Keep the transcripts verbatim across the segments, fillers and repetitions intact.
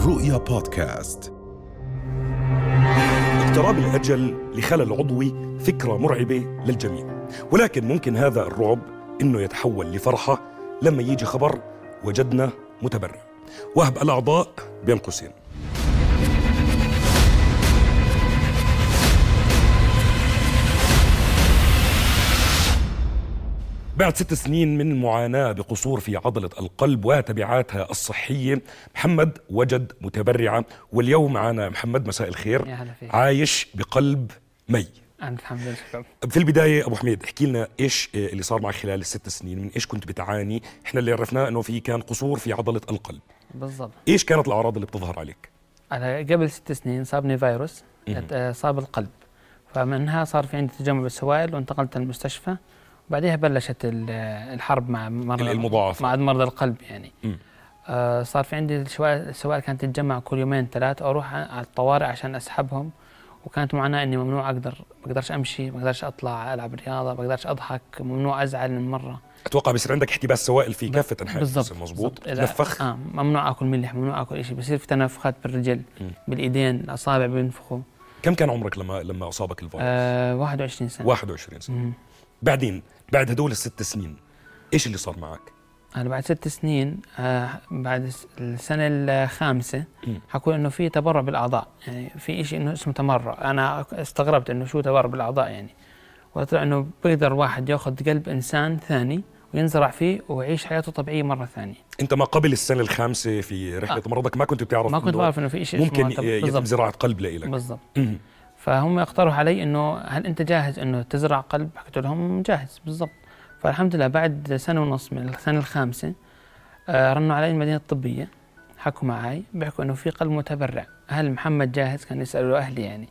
رؤيا بودكاست. اقتراب الأجل لخلل عضوي فكرة مرعبة للجميع، ولكن ممكن هذا الرعب إنه يتحول لفرحة لما يجي خبر وجدنا متبرع. وهب الأعضاء بين قوسين. بعد ست سنين من معاناة بقصور في عضلة القلب وتبعاتها الصحية، محمد وجد متبرعة، واليوم معنا محمد. مساء الخير. عايش بقلب مي. الحمد لله. في البداية أبو حميد، احكي لنا إيش اللي صار معك خلال الست سنين، من إيش كنت بتعاني؟ إحنا اللي عرفناه إنه في كان قصور في عضلة القلب. بالضبط. إيش كانت الأعراض اللي بتظهر عليك؟ أنا قبل ست سنين صابني فيروس صاب القلب، فمنها صار في عندي تجمع بالسوائل وانتقلت المستشفى، وبعدها بلشت الحرب مع مرضى المضاعفة مع مرضى القلب يعني. آه صار في عندي السوائل كانت تتجمع كل يومين ثلاث، اروح على الطوارئ عشان اسحبهم، وكانت معاناة اني ممنوع اقدر ما اقدرش امشي، ما اقدرش اطلع العب رياضه، ما اقدرش اضحك، ممنوع ازعل من مره. اتوقع بصير عندك احتباس سوائل في كافه انحاء الجسم. مظبوط. تنفخ. اه ممنوع اكل ملح، ممنوع اكل شيء، بصير في تنفخات بالرجل م. بالايدين، الاصابع بينفخوا. كم كان عمرك لما لما اصابك الفيروس؟ آه واحد وعشرين سنة. واحد وعشرين سنة. م. بعدين بعد هدول الست سنين ايش اللي صار معك؟ أنا بعد ست سنين آه بعد السنة الخامسة حكوا إنه في تبرع بالأعضاء، يعني في إشي إنه اسمه تمرع. أنا استغربت إنه شو تبرع بالأعضاء يعني، وطلع إنه بيقدر واحد يأخذ قلب إنسان ثاني وينزرع فيه ويعيش حياته طبيعية مرة ثانية. أنت ما قبل السنة الخامسة في رحلة آه. مرضك ما كنت بتعرف؟ ما كنت بعرف إنه في إشي ممكن يتم زراعة قلب لإلك. بالضبط. فهم اقترحوا علي إنه هل أنت جاهز إنه تزرع قلب؟ حكيت لهم جاهز بالضبط. فالحمد لله بعد سنة ونص من السنة الخامسة آه رنوا علي المدينة الطبية، حكوا معي بيحكوا إنه في قلب متبرع، هل محمد جاهز؟ كان يسألوا أهلي يعني،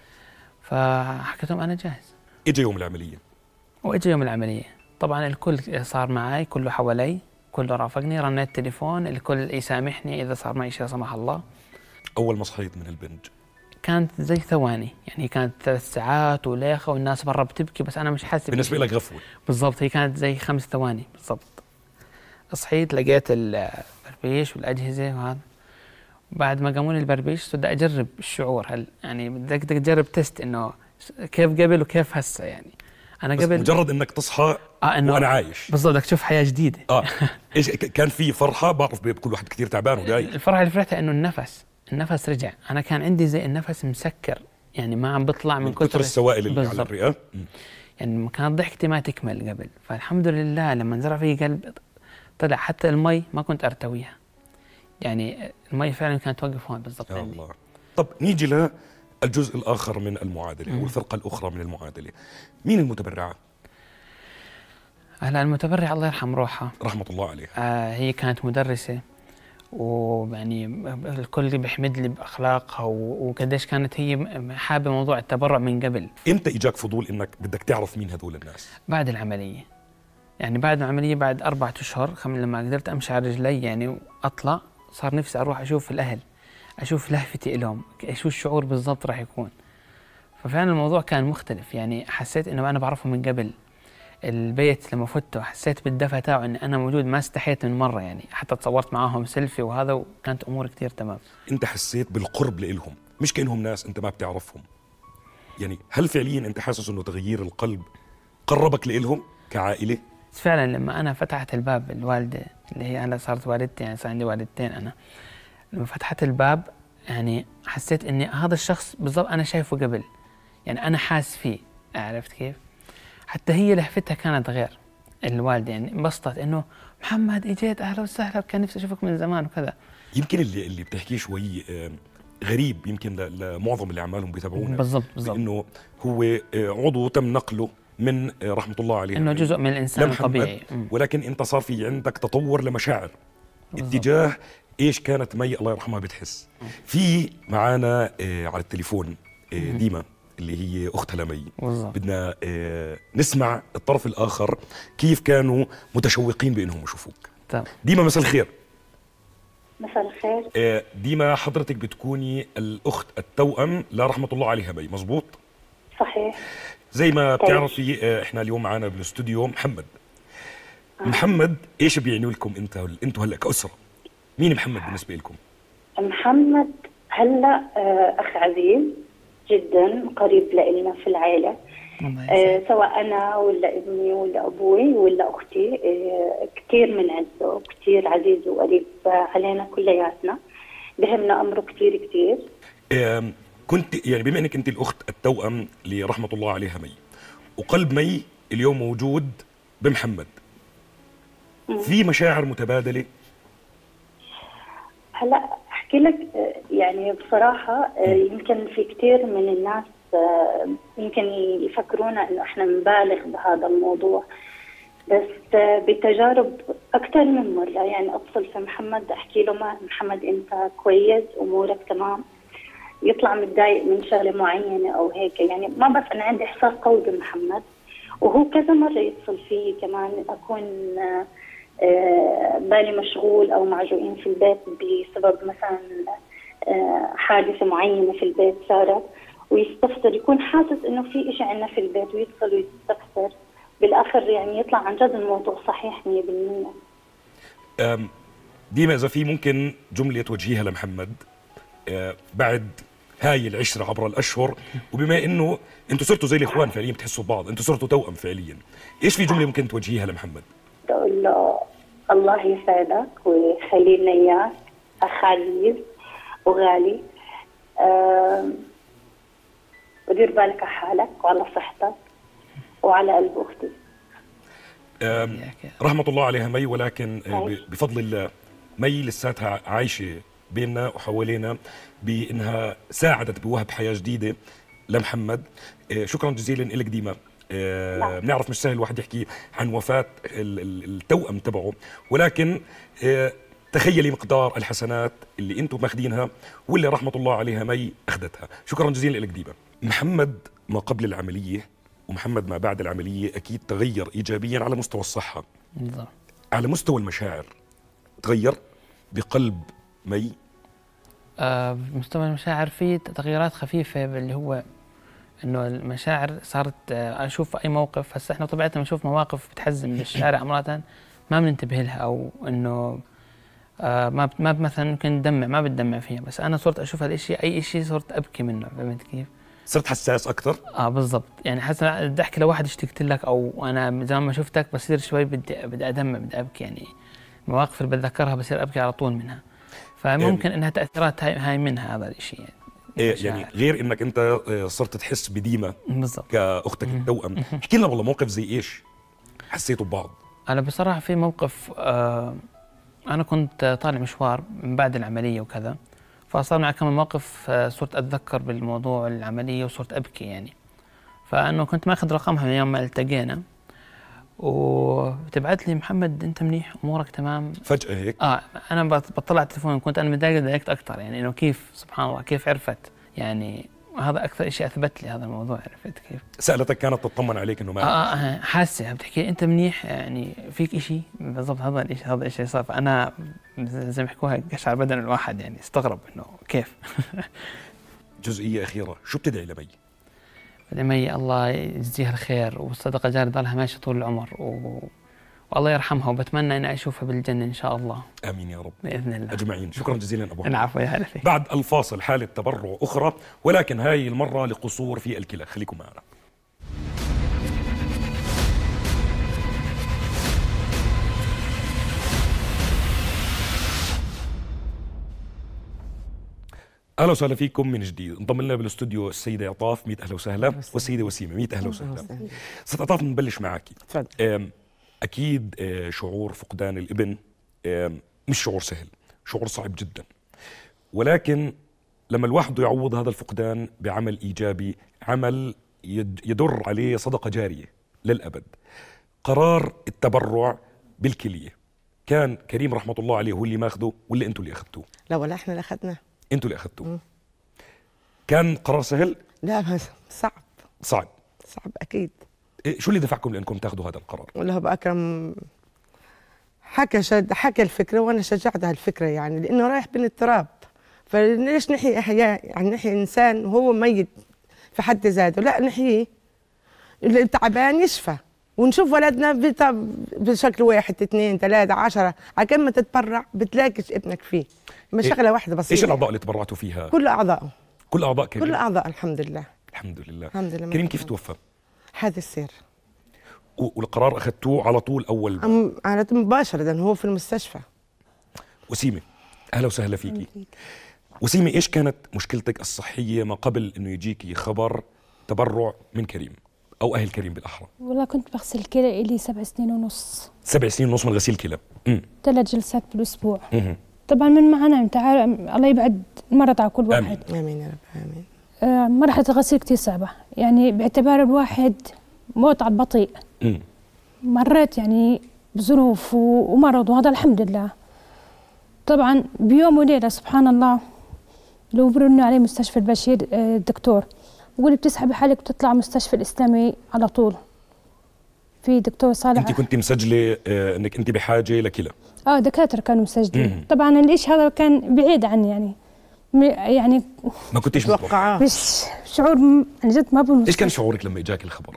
فحكيت لهم أنا جاهز. إجا يوم العملية. وإجا يوم العملية طبعا الكل صار معي، كله حوالي، كله رافقني، رنيت التليفون، الكل يسامحني إذا صار معي شيء لا سمح الله. أول ما صحيت من البنج كانت زي ثواني يعني، كانت ثلاث ساعات وليخة والناس برا بتبكي بس أنا مش حاسس. بالنسبة لك غفوة. بالضبط، هي كانت زي خمس ثواني بالضبط. صحيت لقيت البربيش والأجهزة وهذا، بعد ما قاموا لي البربيش بدي أجرب الشعور، هل يعني بدك تجرب تست إنه كيف قبل وكيف هسه يعني. أنا قبل مجرد إنك تصحى آه إنه وأنا عايش بالضبط، بدك تشوف حياة جديدة. آه إيش كان في فرحة؟ بعرف بكل واحد كتير تعبان ودايق. الفرحة اللي فرحتها إنه النفس النفس رجع. أنا كان عندي زي النفس مسكر يعني، ما عم بطلع من, من كثر السوائل اللي على الرئة يعني، كانت ضحكتي ما تكمل قبل. فالحمد لله لما نزرع فيه قلب طلع حتى المي ما كنت أرتويها يعني، المي فعلا كانت توقف هون بالضبط يا الله. طب نيجي للجزء الآخر من المعادلة أو الفرقة الأخرى من المعادلة. مين المتبرعة؟ هلا المتبرع الله يرحم روحها رحمة الله عليها. آه هي كانت مدرسة، ويعني الكل بيحمد لي بأخلاقها وقديش كانت هي حابة موضوع التبرع من قبل. إمتى إجاك فضول إنك بدك تعرف مين هذول الناس؟ بعد العملية يعني، بعد العملية بعد أربعة أشهر لما قدرت أمشي على رجلي يعني وأطلع، صار نفسي أروح أشوف الأهل، أشوف لهفتي إلهم، شو الشعور بالضبط راح يكون. ففعلا الموضوع كان مختلف يعني، حسيت إنه أنا بعرفه من قبل. البيت لما فته حسيت بالدفى تاعه إن أنا موجود، ما استحيت من مرة يعني، حتى تصورت معاهم سيلفي وهذا، وكانت أمور كتير تمام. أنت حسيت بالقرب لإلهم، مش كأنهم ناس أنت ما بتعرفهم يعني. هل فعليا أنت حاسس إنه تغيير القلب قربك لإلهم كعائلة؟ فعلا لما أنا فتحت الباب، الوالدة اللي هي أنا صارت والدتي يعني، صار عندي والدتين أنا، لما فتحت الباب يعني حسيت إني هذا الشخص بالضبط أنا شايفه قبل يعني، أنا حاس فيه. عرفت كيف؟ حتى هي لهفتها كانت غير الوالدة يعني، انبسطت إنه محمد إجيت أهلا وسهلا، كان نفسي أشوفك من زمان وكذا. يمكن اللي اللي بتحكيه شوي غريب يمكن لمعظم اللي عمالهم بيتابعونا. بالضبط بالضبط. إنه هو عضو تم نقله من رحمة الله عليه، إنه جزء من الإنسان الطبيعي، ولكن أنت صار في عندك تطور لمشاعر اتجاه إيش كانت مي الله يرحمها بتحس. في معانا على التليفون ديما اللي هي أختها لمي، بدنا نسمع الطرف الآخر كيف كانوا متشوقين بأنهم يشوفوك. طبعا. ديما مساء الخير. مساء الخير. ديما حضرتك بتكوني الأخت التوأم لا رحمة الله عليها مي، مزبوط؟ صحيح. زي ما بتعرفي احنا اليوم معنا بالاستوديو محمد. آه. محمد ايش بيعني لكم انت انتوا هلا كأسرة؟ مين محمد بالنسبة لكم؟ محمد هلا آه، أخ عزيز جدا، قريب لإلنا في العائلة. آه، سواء أنا ولا ابني ولا أبوي ولا أختي، آه، كثير من عزه، كثير عزيز وقريب علينا كلياتنا، بهمنا أمره كثير كثير. آم، كنت يعني بما أنك أنت الأخت التوأم لرحمة الله عليها مي، وقلب مي اليوم موجود بمحمد، في مشاعر متبادلة؟ هلا احكي لك، آه، يعني بصراحه آه، يمكن في كثير من الناس آه، يمكن يفكرونا انه احنا نبالغ بهذا الموضوع، بس آه، بتجارب اكثر من مره يعني اتصل في محمد احكي له ما محمد انت كويس، امورك تمام، يطلع متضايق من شغله معينه او هيك، يعني ما بس انا عندي احساس قوي بمحمد، وهو كذا مره يتصل فيه كمان اكون آه، آه، بالي مشغول أو معجوقين في البيت بسبب مثلا آه، حادثة معينة في البيت صارت، ويستفسر، يكون حاسس إنه في إشي عنا في البيت ويدخل ويستفسر، بالآخر يعني يطلع عن جد الموضوع صحيح مية بالمية. أم، ديما إذا في ممكن جملة توجهيها لمحمد أه، بعد هاي العشرة عبر الأشهر، وبما إنه أنتوا صرتوا زي الإخوان فعليا، بتحسوا ببعض، أنتوا صرتوا توأم فعليا، إيش في جملة ممكن توجهيها لمحمد؟ بقول له الله يسعدك ويخلي لنا إياك، أخ عزيز وغالي، أه ودير بالك على حالك وعلى صحتك وعلى قلب أختي. رحمة الله عليها مي، ولكن بفضل الله مي لساتها عايشة بيننا وحوالينا، بأنها ساعدت بوهب حياة جديدة لمحمد. شكرا جزيلا لك ديما. بنعرف مش سهل الواحد يحكي عن وفاة التوأم تبعه، ولكن تخيلي مقدار الحسنات اللي انتم ماخذينها واللي رحمة الله عليها مي أخذتها. شكرا جزيلا لك ديما. محمد ما قبل العملية ومحمد ما بعد العملية أكيد تغير إيجابيا على مستوى الصحة. بالضبط. على مستوى المشاعر تغير بقلب مي؟ آه بمستوى المشاعر في تغييرات خفيفة، اللي هو انه المشاعر صارت آه اشوف اي موقف، هسه احنا طبيعتنا بنشوف مواقف بتحزن بالشارع مرات ما بننتبه لها، او انه آه ما ما مثلا ممكن ندمع ما بتدمع فيها، بس انا صرت اشوف هالشيء اي شيء صرت ابكي منه. فهمت كيف؟ صرت حساس اكثر؟ اه بالضبط. يعني حتى بدي احكي لواحد اشتقت لك، او انا زمان ما شفتك بصير شوي بدي بدي ادمع بدي ابكي، يعني مواقف اللي بتذكرها بصير ابكي على طول منها، فممكن انها تاثيرات هاي, هاي منها هذا الشيء يعني. إيه يعني غير انك انت صرت تحس بديما بالضبط كاختك التوأم، احكي لنا والله موقف زي ايش حسيتوا ببعض؟ انا بصراحه في موقف، آه انا كنت طالع مشوار من بعد العمليه وكذا، فصار معي كم موقف آه صرت اتذكر بالموضوع العمليه وصرت ابكي يعني. فانه كنت ماخذ رقمها من يوم ما التقينا، وتبعت لي محمد انت منيح امورك تمام فجاه هيك؟ اه انا بطلع التليفون، كنت انا متضايق ضايقت اكثر، يعني انه كيف سبحان الله كيف عرفت، يعني هذا اكثر شيء اثبت لي هذا الموضوع. عرفت كيف؟ سالتك كانت تطمن عليك انه ما اه اه حاسه بتحكي انت منيح، يعني فيك شيء بالضبط. هذا الشيء هذا الشيء صار، فانا زي ما يحكوها قشعر بدن الواحد، يعني استغرب انه كيف. جزئيه اخيره، شو بتدعي لمي؟ لمي الله يجزيها الخير والصدقه جاريه ضلها ماشيه طول العمر، و... والله يرحمها، وبتمنى اني اشوفها بالجنه ان شاء الله. امين يا رب باذن الله اجمعين. شكرا جزيلا ابو العفو يا هلا فيك. بعد الفاصل حاله تبرع اخرى، ولكن هاي المره لقصور في الكلى، خليكم معنا. اهلا وسهلا فيكم من جديد. انضم لنا بالاستوديو السيده عطاف، ميت اهلا وسهلا، والسيده وسيمه، ميت اهلا وسهلا. ست عطاف نبلش معك. تفضل. اكيد شعور فقدان الابن مش شعور سهل، شعور صعب جدا، ولكن لما الواحد يعوض هذا الفقدان بعمل ايجابي، عمل يدر عليه صدقه جاريه للابد. قرار التبرع بالكليه كان كريم رحمه الله عليه هو اللي ماخذه ولا انتوا اللي اخذتوه؟ لا ولا احنا اللي اخذناه، انتوا اللي اخذتوه. كان قرار سهل؟ لا بس صعب صعب صعب اكيد. إيه شو اللي دفعكم لانكم تاخذوا هذا القرار؟ والله ابو اكرم حكى شد حكى الفكره وانا شجعت هالفكره، يعني لانه رايح بين التراب، فليش نحيي احياء، يعني نحيي انسان وهو ميت في حد ذاته، لا نحييه، اللي تعبان يشفى. ونشوف ولدنا بت- بشكل واحد اثنين ثلاثة عشرة، على كم ما تتبرع بتلاقيش ابنك فيه. مش إيه- شغلة واحدة بسيطة. ايش الاعضاء اللي تبرعتوا فيها؟ كل أعضائه، كل اعضاء كريم؟ كل أعضاء الحمد لله. الحمد لله. الحمد لله. كريم كيف توفى؟ هذا السر. و- والقرار اخذتوه على طول اول؟ أم على مباشرة هو في المستشفى. وسيمة، اهلا وسهلا فيكي. وسيمة، ايش كانت مشكلتك الصحية ما قبل انه يجيكي خبر تبرع من كريم او اهل كريم بالاحرى؟ والله كنت بغسل كلى إلي سبع سنين ونص. سبع سنين ونص من غسيل كلى؟ امم ثلاث جلسات بالأسبوع. امم طبعا من معنا انت عارف الله يبعد المرض على كل واحد. آمين. آمين يا رب آمين. آه مرحلة الغسيل كتير صعبة، يعني باعتبار الواحد موت على البطيء. امم مريت يعني بظروف و- ومرض، وهذا الحمد لله. طبعا بيوم وليلة سبحان الله لو برنوا عليه مستشفى البشير آه، الدكتور بقول بتسحبي حالك وتطلع مستشفى الإسلامي على طول. في دكتور صالح. انت كنت مسجله آه انك انت بحاجه لكلى؟ اه دكاترة كانوا مسجلين. مم. طبعا الإشي هذا كان بعيد عني، يعني م- يعني ما كنتيش متوقعه؟ توقعاه. مش شعور م- عن جد ما بنوصف. ايش كان شعورك لما اجاك الخبر؟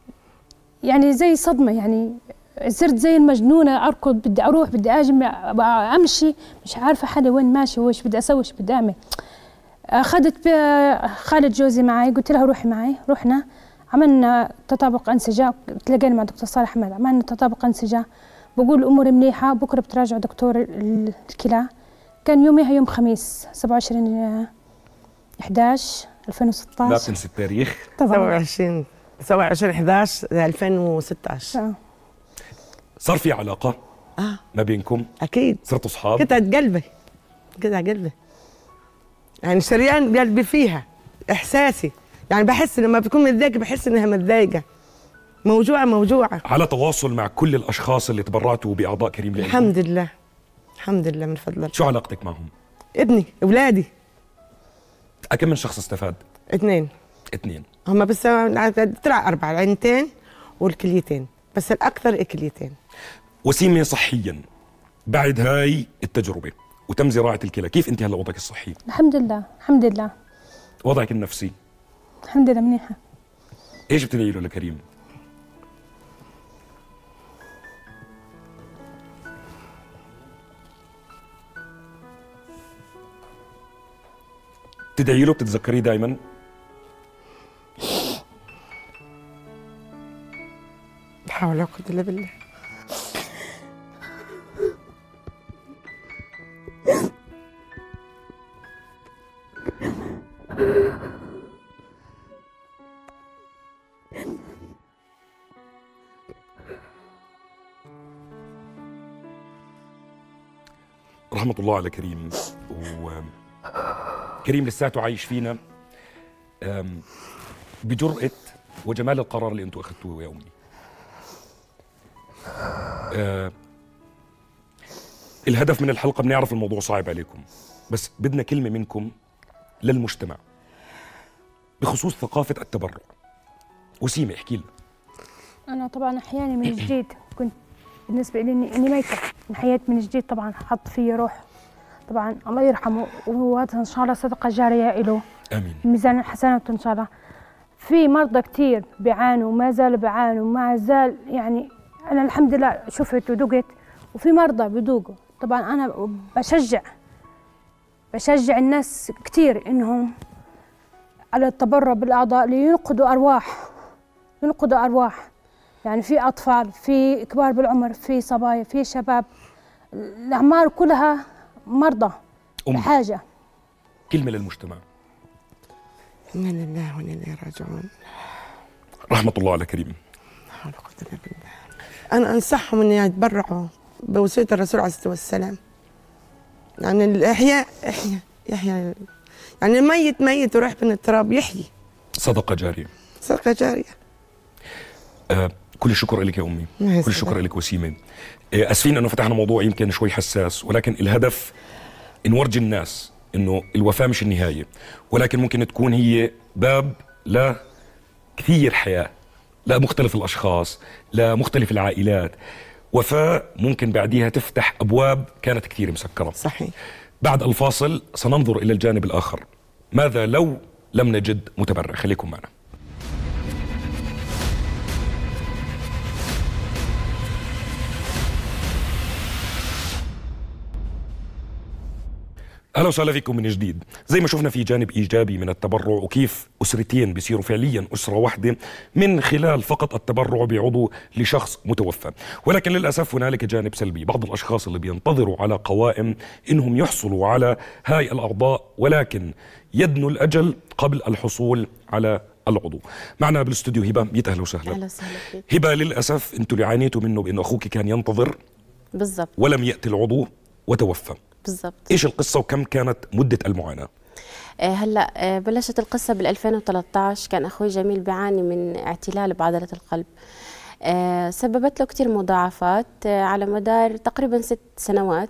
يعني زي صدمة، يعني صرت زي المجنونة، أركض بدي أروح بدي أجي أبقى أمشي مش عارفة حالي وين ماشي وإيش بدي أسوي إيش بدي أعمل. أخذت ب- خالد جوزي معي، قلت لها روحي معي. رحنا عملنا تطابق أنسجة، تلاقينا مع دكتور صالح أحمد، عملنا تطابق أنسجة. بقول الأمور منيحة، بكرة بتراجعوا دكتور ال- الكلى. كان يومها يوم خميس سبعة وعشرين إحدى عشر ألفين وستة لا عشر. تنسي التاريخ. سبعة طبعا وعشرين سبعة وعشرين أحد عشر ألفين وستة عشر. آه. صار في علاقه آه ما بينكم؟ أكيد. صرتوا اصحاب؟ قطعة قلبي، قطعة قلبي، يعني شريان قلبي فيها، إحساسي. يعني بحس لما بكون متضايقة بحس إنها متضايقة، موجوعة موجوعة. على تواصل مع كل الاشخاص اللي تبرعتوا باعضاء كريم لإلكم؟ الحمد لله الحمد لله من فضل الله. شو علاقتك معهم؟ ابني أولادي كم من شخص استفاد؟ اثنين، اثنين. هم بس طلع أربعة، العينتين والكليتين، بس الأكثر الكليتين. وسيمة، صحيا بعد هاي التجربة وتم زراعة الكلى، كيف انت هلا وضعك الصحي؟ الحمد لله الحمد لله وضعك النفسي؟ الحمد لله منيحة. ايش بتدعي له لكريم؟ تدعي له بتتذكريه دائما؟ لا حول ولا قوة إلا بالله. رحمة الله على كريم. وكريم لساته عايش فينا أم، بجرأة وجمال القرار اللي انتم اخذتوه يا امي. أه، الهدف من الحلقة بنعرف الموضوع صعب عليكم، بس بدنا كلمة منكم للمجتمع بخصوص ثقافة التبرع. وسيمة، احكي لنا. أنا طبعا أحياني من جديد كنت بالنسبة لي إني إني ميتة، انحييت من جديد. طبعا حط في روح، طبعا الله يرحمه، وهذا إن شاء الله صدقة جارية له، امين. ميزان حسناته إن شاء الله. في مرضى كتير بيعانوا وما زالوا بيعانوا وما زال، يعني أنا الحمد لله شفت ودقت، وفي مرضى بيذوقوا. طبعا أنا بشجع بشجع الناس كتير إنهم على التبرع بالأعضاء لينقذوا أرواح، ينقذوا أرواح. يعني في أطفال، في كبار بالعمر، في صبايا، في شباب، الأعمار كلها مرضى أم، بحاجة. كلمة للمجتمع. إنا لله وإنا إليه راجعون. رحمة الله على كريم. لا حول ولا قوة إلا بالله. أنا أنصحهم إن يتبرعوا بوصية الرسول عليه الصلاة والسلام. يعني الإحياء إحياء يحيى، يعني الميت ميت وراح بين التراب يحيي. صدقة جارية. صدقة جارية. آه، كل الشكر لك يا أمي، الله كل يسعدك. الشكر لك وسيمة. آه، أسفين أنه فتحنا موضوع يمكن شوي حساس، ولكن الهدف نورجي الناس أنه الوفاة مش النهاية، ولكن ممكن تكون هي باب لكثير حياة، لمختلف الأشخاص، لمختلف العائلات. وفاة ممكن بعديها تفتح أبواب كانت كثير مسكرة. صحيح. بعد الفاصل سننظر إلى الجانب الآخر، ماذا لو لم نجد متبرع؟ خليكم معنا. اهلا وسهلا فيكم من جديد. زي ما شفنا في جانب ايجابي من التبرع، وكيف اسرتين بيصيروا فعليا اسره واحده من خلال فقط التبرع بعضو لشخص متوفى، ولكن للاسف هنالك جانب سلبي. بعض الاشخاص اللي بينتظروا على قوائم انهم يحصلوا على هاي الاعضاء، ولكن يدنوا الاجل قبل الحصول على العضو. معنا بالاستوديو هبه، ميت اهلا وسهلا. اهلا وسهلا فيك. هبه، للاسف انتم اللي عانيتوا منه بانه اخوك كان ينتظر بالضبط ولم ياتي العضو وتوفى. بالضبط. ايش القصه وكم كانت مده المعاناه؟ آه هلا آه بلشت القصه بال ألفين وثلاثة عشر. كان اخوي جميل بيعاني من اعتلال بعضله القلب، آه سببت له كثير مضاعفات آه على مدار تقريبا ست سنوات،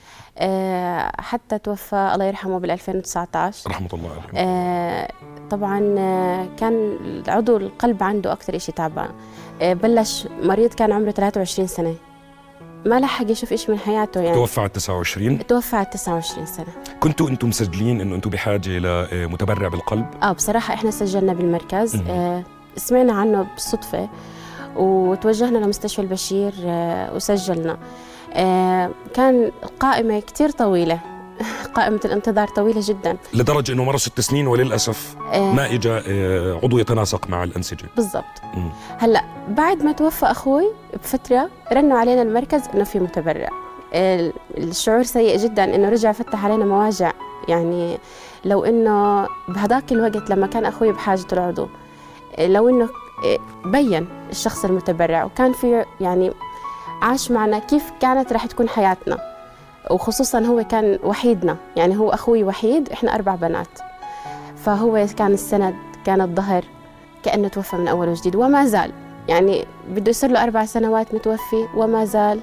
آه حتى توفى الله يرحمه بال ألفين وتسعة عشر رحمه الله عليه. آه طبعا آه كان عضو القلب عنده اكثر شيء تعبان. آه بلش مريض كان عمره ثلاثة وعشرين سنه، ما لحق يشوف إيش من حياته. يعني توفى على تسعة وعشرين. توفى على تسعة وعشرين سنة. كنتوا أنتم مسجلين إنه أنتم بحاجة لمتبرع بالقلب؟ آه بصراحة إحنا سجلنا بالمركز، آه سمعنا عنه بالصدفة وتوجهنا لمستشفى البشير آه وسجلنا. آه كان القائمة كتير طويلة قائمة الانتظار طويلة جدا، لدرجة إنه مر ست سنين وللأسف آه ما إجا آه عضو يتناسق مع الأنسجة. بالضبط. هلا بعد ما توفى أخوي بفترة رنوا علينا المركز إنه في متبرع. آه الشعور سيء جدا إنه رجع فتح علينا مواجع، يعني لو إنه بهذاك الوقت لما كان أخوي بحاجة العضو، آه لو إنه آه بين الشخص المتبرع وكان في يعني عاش معنا كيف كانت رح تكون حياتنا، وخصوصا هو كان وحيدنا، يعني هو أخوي وحيد، إحنا أربع بنات، فهو كان السند، كان الظهر، كأنه توفى من أول وجديد وما زال، يعني بده يصير له أربع سنوات متوفي وما زال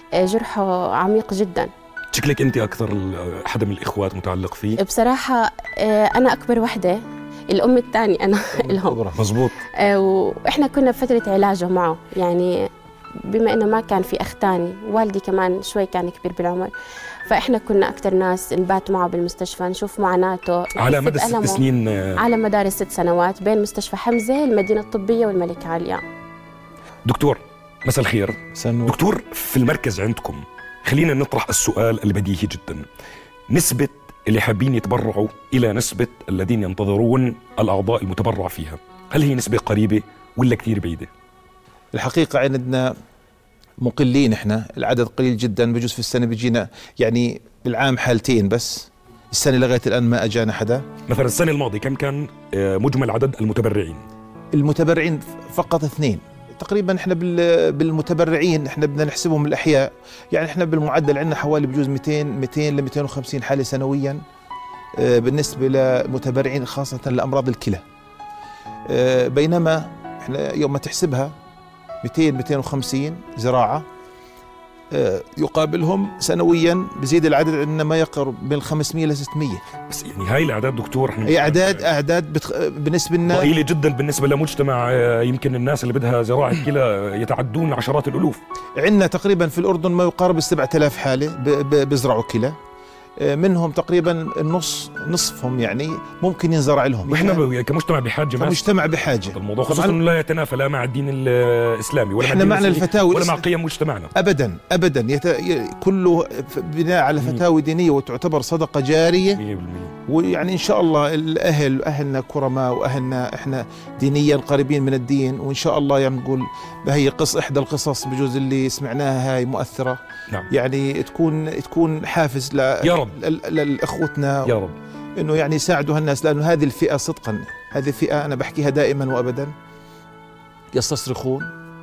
جرحه عميق جدا. شكلك أنت أكثر حدا من الإخوات متعلق فيه؟ بصراحة أنا أكبر وحدة، الأم الثانية أنا لهم. مزبوط. وإحنا كنا بفترة علاجه معه، يعني بما إنه ما كان في أخ تاني، والدي كمان شوي كان كبير بالعمر، فإحنا كنا أكثر ناس نبات معه بالمستشفى، نشوف معاناته على مدى ست سنين، على مدار الست سنوات بين مستشفى حمزة، المدينة الطبية والملكة عليا. دكتور مساء الخير. سنو. دكتور، في المركز عندكم خلينا نطرح السؤال البديهي جدا، نسبة اللي حابين يتبرعوا إلى نسبة الذين ينتظرون الأعضاء المتبرع فيها، هل هي نسبة قريبة ولا كثير بعيدة؟ الحقيقة عندنا مقلين، احنا العدد قليل جدا، بجوز في السنة بيجينا يعني بالعام حالتين بس، السنة لغاية الآن ما أجانا حدا. مثلا السنة الماضية كم كان مجمل عدد المتبرعين؟ المتبرعين فقط اثنين تقريبا. احنا بالمتبرعين احنا بدنا نحسبهم الأحياء، يعني احنا بالمعدل عندنا حوالي بجوز مئتين مئتين ل مئتين وخمسين حالة سنويا بالنسبة لمتبرعين خاصة لأمراض الكلى، بينما احنا يوم ما تحسبها مئتين مئتين وخمسين زراعة يقابلهم سنويا بزيد العدد عندنا ما يقرب من خمسمئة إلى ستمئة. بس يعني هاي الأعداد دكتور احنا هي أعداد أعداد بتخ... بالنسبة لنا ضئيلة جدا بالنسبة لمجتمع يمكن الناس اللي بدها زراعة كلى يتعدون عشرات الألوف. عندنا تقريبا في الأردن ما يقارب السبعة آلاف حالة ب... ب... بزرعوا كلى، منهم تقريبا النص نصفهم يعني ممكن ينزرع لهم. واحنا يعني كمجتمع بحاجه، كمجتمع بحاجه الموضوع، خصوصا انه لا يتنافى لا مع الدين الاسلامي ولا احنا مع معنا الفتاوي ولا مع قيم مجتمعنا ابدا ابدا يت... كله بناء على فتاوي دينيه وتعتبر صدقه جاريه مية بالمية. ويعني ان شاء الله الاهل اهلنا كرماء واهلنا احنا دينيا قريبين من الدين، وان شاء الله يعني نقول بهي قص احدى القصص بجوز اللي سمعناها هاي مؤثره. نعم. يعني تكون تكون حافز ل... يا رب لاخوتنا يا رب انه يعني يساعدوا هالناس، لانه هذه الفئه صدقا هذه الفئه انا بحكيها دائما وابدا يستصرخون،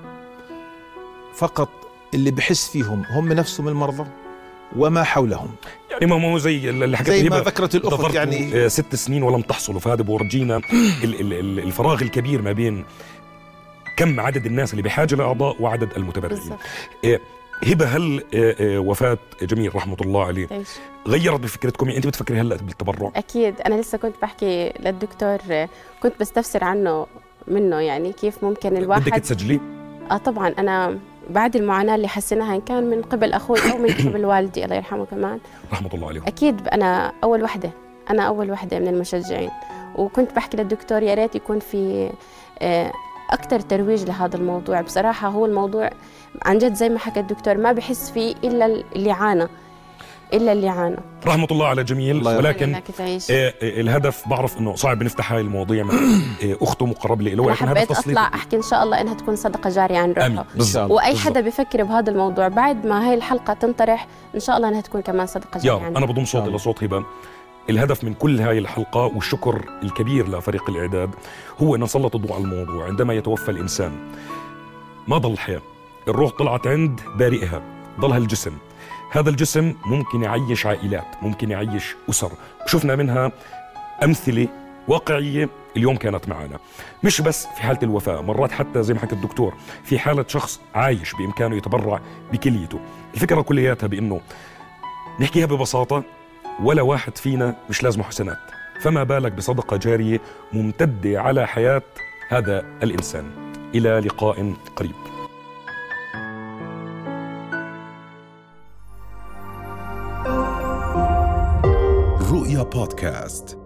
فقط اللي بحس فيهم هم نفسهم المرضى وما حولهم. يعني ما هو زي اللي حكيت زي ما ذكرت الاخت يعني ست سنين ولم تحصلوا، فهذا بورجينا الفراغ الكبير ما بين كم عدد الناس اللي بحاجه لاعضاء وعدد المتبرعين. هبه، هل وفاه جميل رحمه الله عليه إيش؟ غيرت بفكرتكم؟ يعني انت بتفكري هلا بالتبرع؟ اكيد، انا لسه كنت بحكي للدكتور، كنت بستفسر عنه منه، يعني كيف ممكن الواحد بدك تسجلي؟ اه طبعا، انا بعد المعاناه اللي حسيناها ان كان من قبل اخوي او من قبل والدي الله يرحمه كمان رحمه الله عليهم، اكيد انا اول وحده انا اول وحده من المشجعين، وكنت بحكي للدكتور يا ريت يكون في اكثر ترويج لهذا الموضوع. بصراحه هو الموضوع عن جد زي ما حكى الدكتور ما بحس فيه الا اللي عانى. إلا اللي عانوا. رحمة الله على جميل. ولكن آه الهدف بعرف إنه صعب نفتح هاي المواضيع مع آه أخته مقرب لي له. أنا حبيت أطلع أحكي إن شاء الله إنها تكون صدقة جارية عن روحه. وأي بالزبط. حدا بيفكر بهذا الموضوع بعد ما هاي الحلقة تنطرح إن شاء الله إنها تكون كمان صدقة جارية عنه. أنا بضم صوتي لصوت هبة. الهدف من كل هاي الحلقة والشكر الكبير لفريق الإعداد هو أن نسلط الضوء على الموضوع. عندما يتوفى الإنسان ما ضل الحياة، الروح طلعت عند بارئها، ضلها الجسم. هذا الجسم ممكن يعيش عائلات، ممكن يعيش أسر، وشفنا منها أمثلة واقعية اليوم كانت معنا. مش بس في حالة الوفاة، مرات حتى زي ما حكى الدكتور في حالة شخص عايش بإمكانه يتبرع بكليته. الفكرة كلياتها بأنه نحكيها ببساطة، ولا واحد فينا مش لازمه حسنات، فما بالك بصدقة جارية ممتدة على حياة هذا الإنسان. إلى لقاء قريب. رؤيا بودكاست.